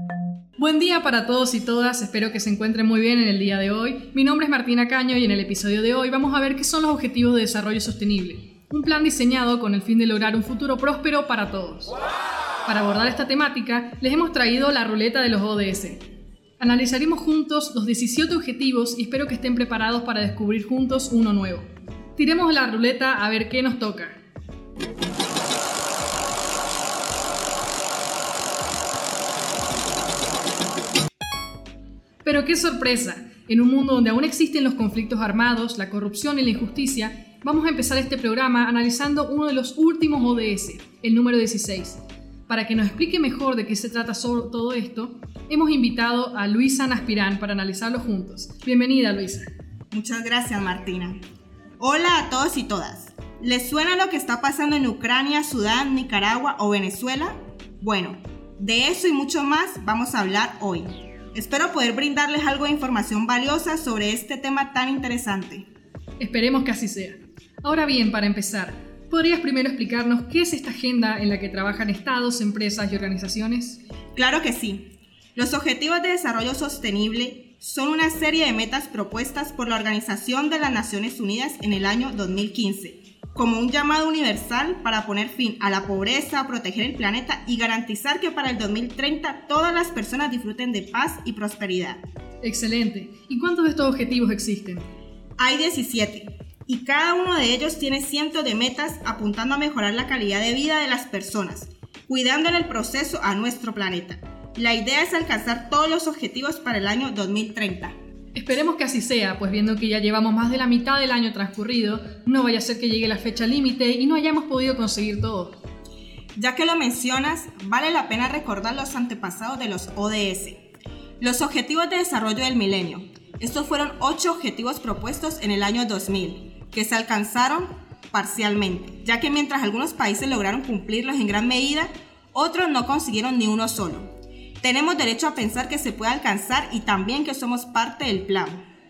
Buen día para todos y todas, espero que se encuentren muy bien en el día de hoy. Mi nombre es Martina Caño y en el episodio de hoy vamos a ver qué son los Objetivos de Desarrollo Sostenible, un plan diseñado con el fin de lograr un futuro próspero para todos. Para abordar esta temática, les hemos traído la ruleta de los ODS. Analizaremos juntos los 17 objetivos y espero que estén preparados para descubrir juntos uno nuevo. Tiremos la ruleta a ver qué nos toca. Pero qué sorpresa, en un mundo donde aún existen los conflictos armados, la corrupción y la injusticia, vamos a empezar este programa analizando uno de los últimos ODS, el número 16. Para que nos explique mejor de qué se trata todo esto, hemos invitado a Luisa Naspirán para analizarlo juntos. Bienvenida, Luisa. Muchas gracias, Martina. Hola a todos y todas. ¿Les suena lo que está pasando en Ucrania, Sudán, Nicaragua o Venezuela? Bueno, de eso y mucho más vamos a hablar hoy. Espero poder brindarles algo de información valiosa sobre este tema tan interesante. Esperemos que así sea. Ahora bien, para empezar, ¿podrías primero explicarnos qué es esta agenda en la que trabajan estados, empresas y organizaciones? Claro que sí. Los Objetivos de Desarrollo Sostenible son una serie de metas propuestas por la Organización de las Naciones Unidas en el año 2015, como un llamado universal para poner fin a la pobreza, proteger el planeta y garantizar que para el 2030 todas las personas disfruten de paz y prosperidad. Excelente. ¿Y cuántos de estos objetivos existen? Hay 17, y cada uno de ellos tiene cientos de metas apuntando a mejorar la calidad de vida de las personas, cuidando en el proceso a nuestro planeta. La idea es alcanzar todos los objetivos para el año 2030. Esperemos que así sea, pues viendo que ya llevamos más de la mitad del año transcurrido, no vaya a ser que llegue la fecha límite y no hayamos podido conseguir todo. Ya que lo mencionas, vale la pena recordar los antepasados de los ODS, los Objetivos de Desarrollo del Milenio. Estos fueron 8 objetivos propuestos en el año 2000, que se alcanzaron parcialmente, ya que mientras algunos países lograron cumplirlos en gran medida, otros no consiguieron ni uno solo. Tenemos derecho a pensar que se puede alcanzar y también que somos parte del plan.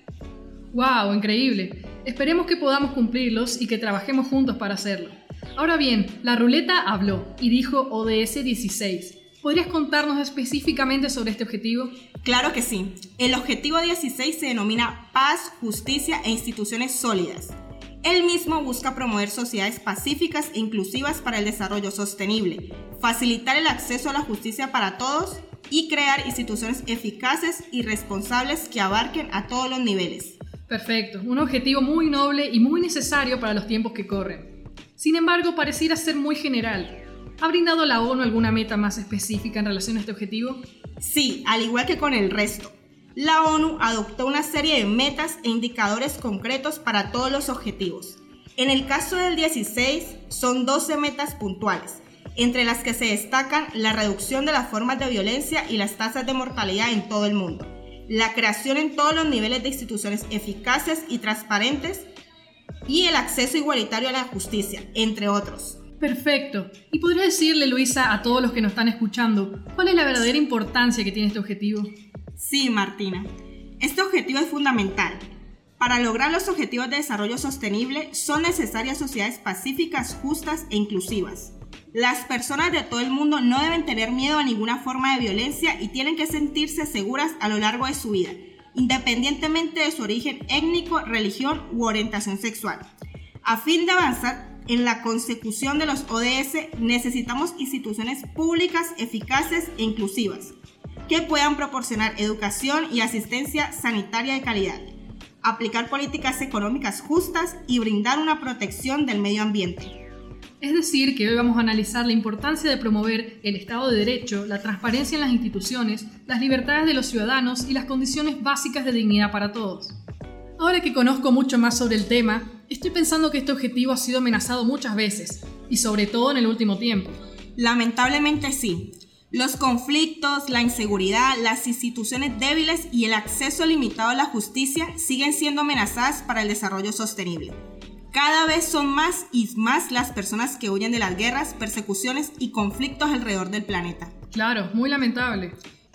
¡Wow! Increíble. Esperemos que podamos cumplirlos y que trabajemos juntos para hacerlo. Ahora bien, la ruleta habló y dijo ODS 16. ¿Podrías contarnos específicamente sobre este objetivo? Claro que sí. El objetivo 16 se denomina Paz, Justicia e Instituciones Sólidas. El mismo busca promover sociedades pacíficas e inclusivas para el desarrollo sostenible, facilitar el acceso a la justicia para todos y crear instituciones eficaces y responsables que abarquen a todos los niveles. Perfecto, un objetivo muy noble y muy necesario para los tiempos que corren. Sin embargo, pareciera ser muy general. ¿Ha brindado la ONU alguna meta más específica en relación a este objetivo? Sí, al igual que con el resto. La ONU adoptó una serie de metas e indicadores concretos para todos los objetivos. En el caso del 16, son 12 metas puntuales, entre las que se destacan la reducción de las formas de violencia y las tasas de mortalidad en todo el mundo, la creación en todos los niveles de instituciones eficaces y transparentes y el acceso igualitario a la justicia, entre otros. Perfecto. ¿Y podrías decirle, Luisa, a todos los que nos están escuchando, cuál es la verdadera importancia que tiene este objetivo? Sí, Martina. Este objetivo es fundamental. Para lograr los objetivos de desarrollo sostenible son necesarias sociedades pacíficas, justas e inclusivas. Las personas de todo el mundo no deben tener miedo a ninguna forma de violencia y tienen que sentirse seguras a lo largo de su vida, independientemente de su origen étnico, religión u orientación sexual. A fin de avanzar en la consecución de los ODS, necesitamos instituciones públicas eficaces e inclusivas que puedan proporcionar educación y asistencia sanitaria de calidad, aplicar políticas económicas justas y brindar una protección del medio ambiente. Es decir, que hoy vamos a analizar la importancia de promover el Estado de Derecho, la transparencia en las instituciones, las libertades de los ciudadanos y las condiciones básicas de dignidad para todos. Ahora que conozco mucho más sobre el tema, estoy pensando que este objetivo ha sido amenazado muchas veces, y sobre todo en el último tiempo. Lamentablemente sí. Los conflictos, la inseguridad, las instituciones débiles y el acceso limitado a la justicia siguen siendo amenazadas para el desarrollo sostenible. Cada vez son más y más las personas que huyen de las guerras, persecuciones y conflictos alrededor del planeta. Claro, muy lamentable.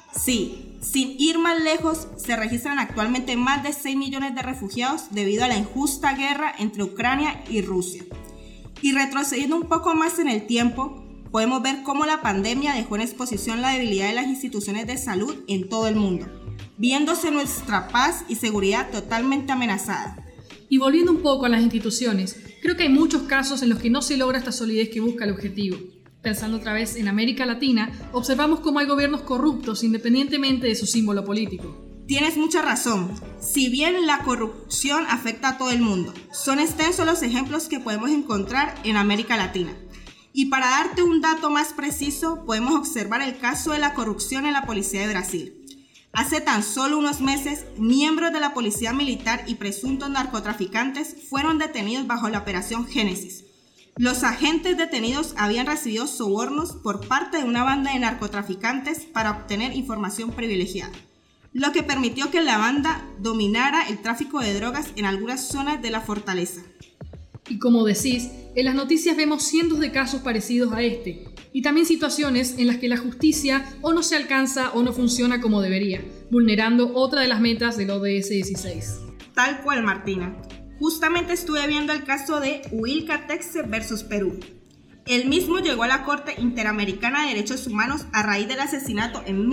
Sí, sin ir más lejos, se registran actualmente más de 6 millones de refugiados debido a la injusta guerra entre Ucrania y Rusia. Y retrocediendo un poco más en el tiempo, podemos ver cómo la pandemia dejó en exposición la debilidad de las instituciones de salud en todo el mundo, viéndose nuestra paz y seguridad totalmente amenazada. Y volviendo un poco a las instituciones, creo que hay muchos casos en los que no se logra esta solidez que busca el objetivo. Pensando otra vez en América Latina, observamos cómo hay gobiernos corruptos independientemente de su símbolo político. Tienes mucha razón. Si bien la corrupción afecta a todo el mundo, son extensos los ejemplos que podemos encontrar en América Latina. Y para darte un dato más preciso, podemos observar el caso de la corrupción en la policía de Brasil. Hace tan solo unos meses, miembros de la policía militar y presuntos narcotraficantes fueron detenidos bajo la Operación Génesis. Los agentes detenidos habían recibido sobornos por parte de una banda de narcotraficantes para obtener información privilegiada, lo que permitió que la banda dominara el tráfico de drogas en algunas zonas de la fortaleza. Y como decís, en las noticias vemos cientos de casos parecidos a este, y también situaciones en las que la justicia o no se alcanza o no funciona como debería, vulnerando otra de las metas del ODS 16. Tal cual, Martina. Justamente estuve viendo el caso de Huilca Texe versus Perú. El mismo llegó a la Corte Interamericana de Derechos Humanos a raíz del asesinato en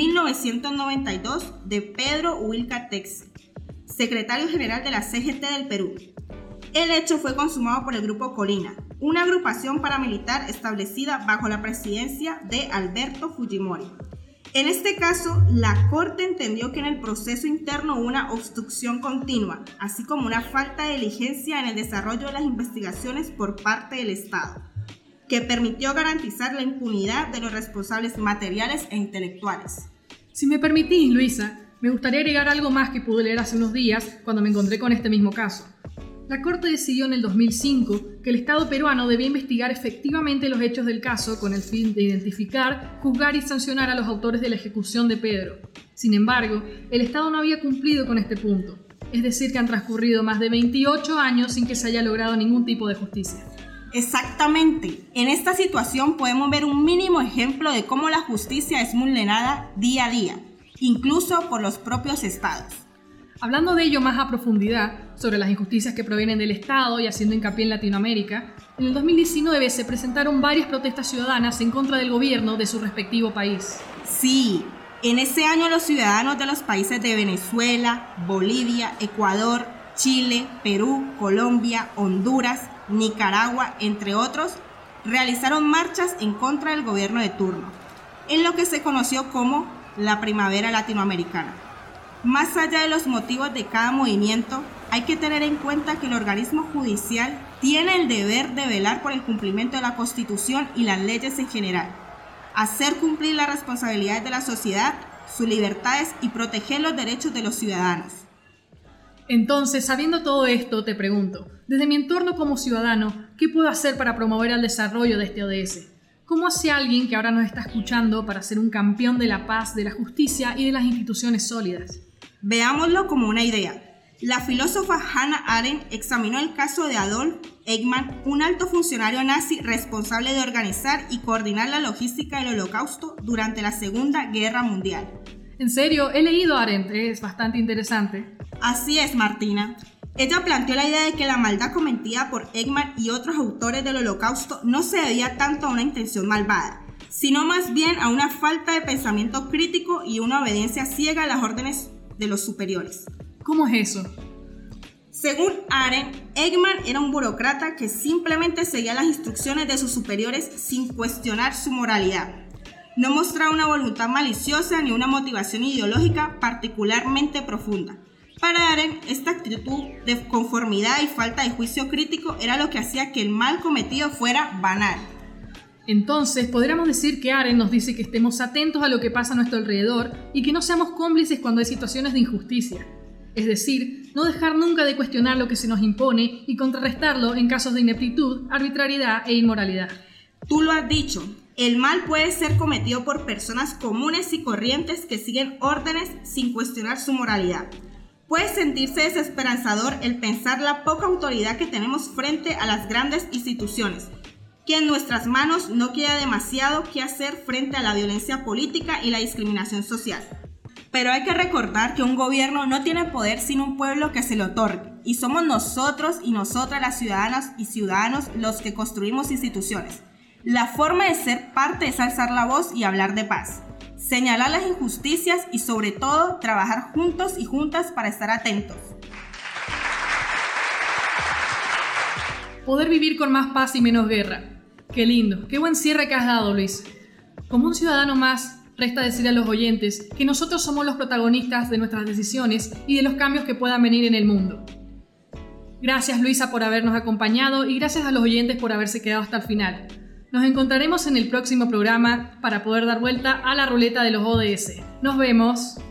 1992 de Pedro Huilca Texe, secretario general de la CGT del Perú. El hecho fue consumado por el Grupo Colina, una agrupación paramilitar establecida bajo la presidencia de Alberto Fujimori. En este caso, la Corte entendió que en el proceso interno hubo una obstrucción continua, así como una falta de diligencia en el desarrollo de las investigaciones por parte del Estado, que permitió garantizar la impunidad de los responsables materiales e intelectuales. Si me permitís, Luisa, me gustaría agregar algo más que pude leer hace unos días cuando me encontré con este mismo caso. La Corte decidió en el 2005 que el Estado peruano debía investigar efectivamente los hechos del caso con el fin de identificar, juzgar y sancionar a los autores de la ejecución de Pedro. Sin embargo, el Estado no había cumplido con este punto, es decir que han transcurrido más de 28 años sin que se haya logrado ningún tipo de justicia. Exactamente. En esta situación podemos ver un mínimo ejemplo de cómo la justicia es vulnerada día a día, incluso por los propios estados. Hablando de ello más a profundidad, sobre las injusticias que provienen del Estado y haciendo hincapié en Latinoamérica, en el 2019 se presentaron varias protestas ciudadanas en contra del gobierno de su respectivo país. Sí, en ese año los ciudadanos de los países de Venezuela, Bolivia, Ecuador, Chile, Perú, Colombia, Honduras, Nicaragua, entre otros, realizaron marchas en contra del gobierno de turno, en lo que se conoció como la Primavera Latinoamericana. Más allá de los motivos de cada movimiento, hay que tener en cuenta que el organismo judicial tiene el deber de velar por el cumplimiento de la Constitución y las leyes en general, hacer cumplir las responsabilidades de la sociedad, sus libertades y proteger los derechos de los ciudadanos. Entonces, sabiendo todo esto, te pregunto, desde mi entorno como ciudadano, ¿qué puedo hacer para promover el desarrollo de este ODS? ¿Cómo hace alguien que ahora nos está escuchando para ser un campeón de la paz, de la justicia y de las instituciones sólidas? Veámoslo como una idea. La filósofa Hannah Arendt examinó el caso de Adolf Eichmann, un alto funcionario nazi responsable de organizar y coordinar la logística del Holocausto durante la Segunda Guerra Mundial. En serio, he leído a Arendt, es bastante interesante. Así es, Martina. Ella planteó la idea de que la maldad cometida por Eichmann y otros autores del Holocausto no se debía tanto a una intención malvada, sino más bien a una falta de pensamiento crítico y una obediencia ciega a las órdenes de los superiores. ¿Cómo es eso? Según Arendt, Eichmann era un burócrata que simplemente seguía las instrucciones de sus superiores sin cuestionar su moralidad. No mostraba una voluntad maliciosa ni una motivación ideológica particularmente profunda. Para Arendt, esta actitud de conformidad y falta de juicio crítico era lo que hacía que el mal cometido fuera banal. Entonces, podríamos decir que Arendt nos dice que estemos atentos a lo que pasa a nuestro alrededor y que no seamos cómplices cuando hay situaciones de injusticia. Es decir, no dejar nunca de cuestionar lo que se nos impone y contrarrestarlo en casos de ineptitud, arbitrariedad e inmoralidad. Tú lo has dicho, el mal puede ser cometido por personas comunes y corrientes que siguen órdenes sin cuestionar su moralidad. Puede sentirse desesperanzador el pensar la poca autoridad que tenemos frente a las grandes instituciones, que en nuestras manos no queda demasiado que hacer frente a la violencia política y la discriminación social. Pero hay que recordar que un gobierno no tiene poder sin un pueblo que se lo otorgue, y somos nosotros y nosotras las ciudadanas y ciudadanos los que construimos instituciones. La forma de ser parte es alzar la voz y hablar de paz, señalar las injusticias y sobre todo trabajar juntos y juntas para estar atentos. Poder vivir con más paz y menos guerra. Qué lindo, qué buen cierre que has dado, Luis. Como un ciudadano más, resta decir a los oyentes que nosotros somos los protagonistas de nuestras decisiones y de los cambios que puedan venir en el mundo. Gracias, Luisa, por habernos acompañado y gracias a los oyentes por haberse quedado hasta el final. Nos encontraremos en el próximo programa para poder dar vuelta a la ruleta de los ODS. ¡Nos vemos!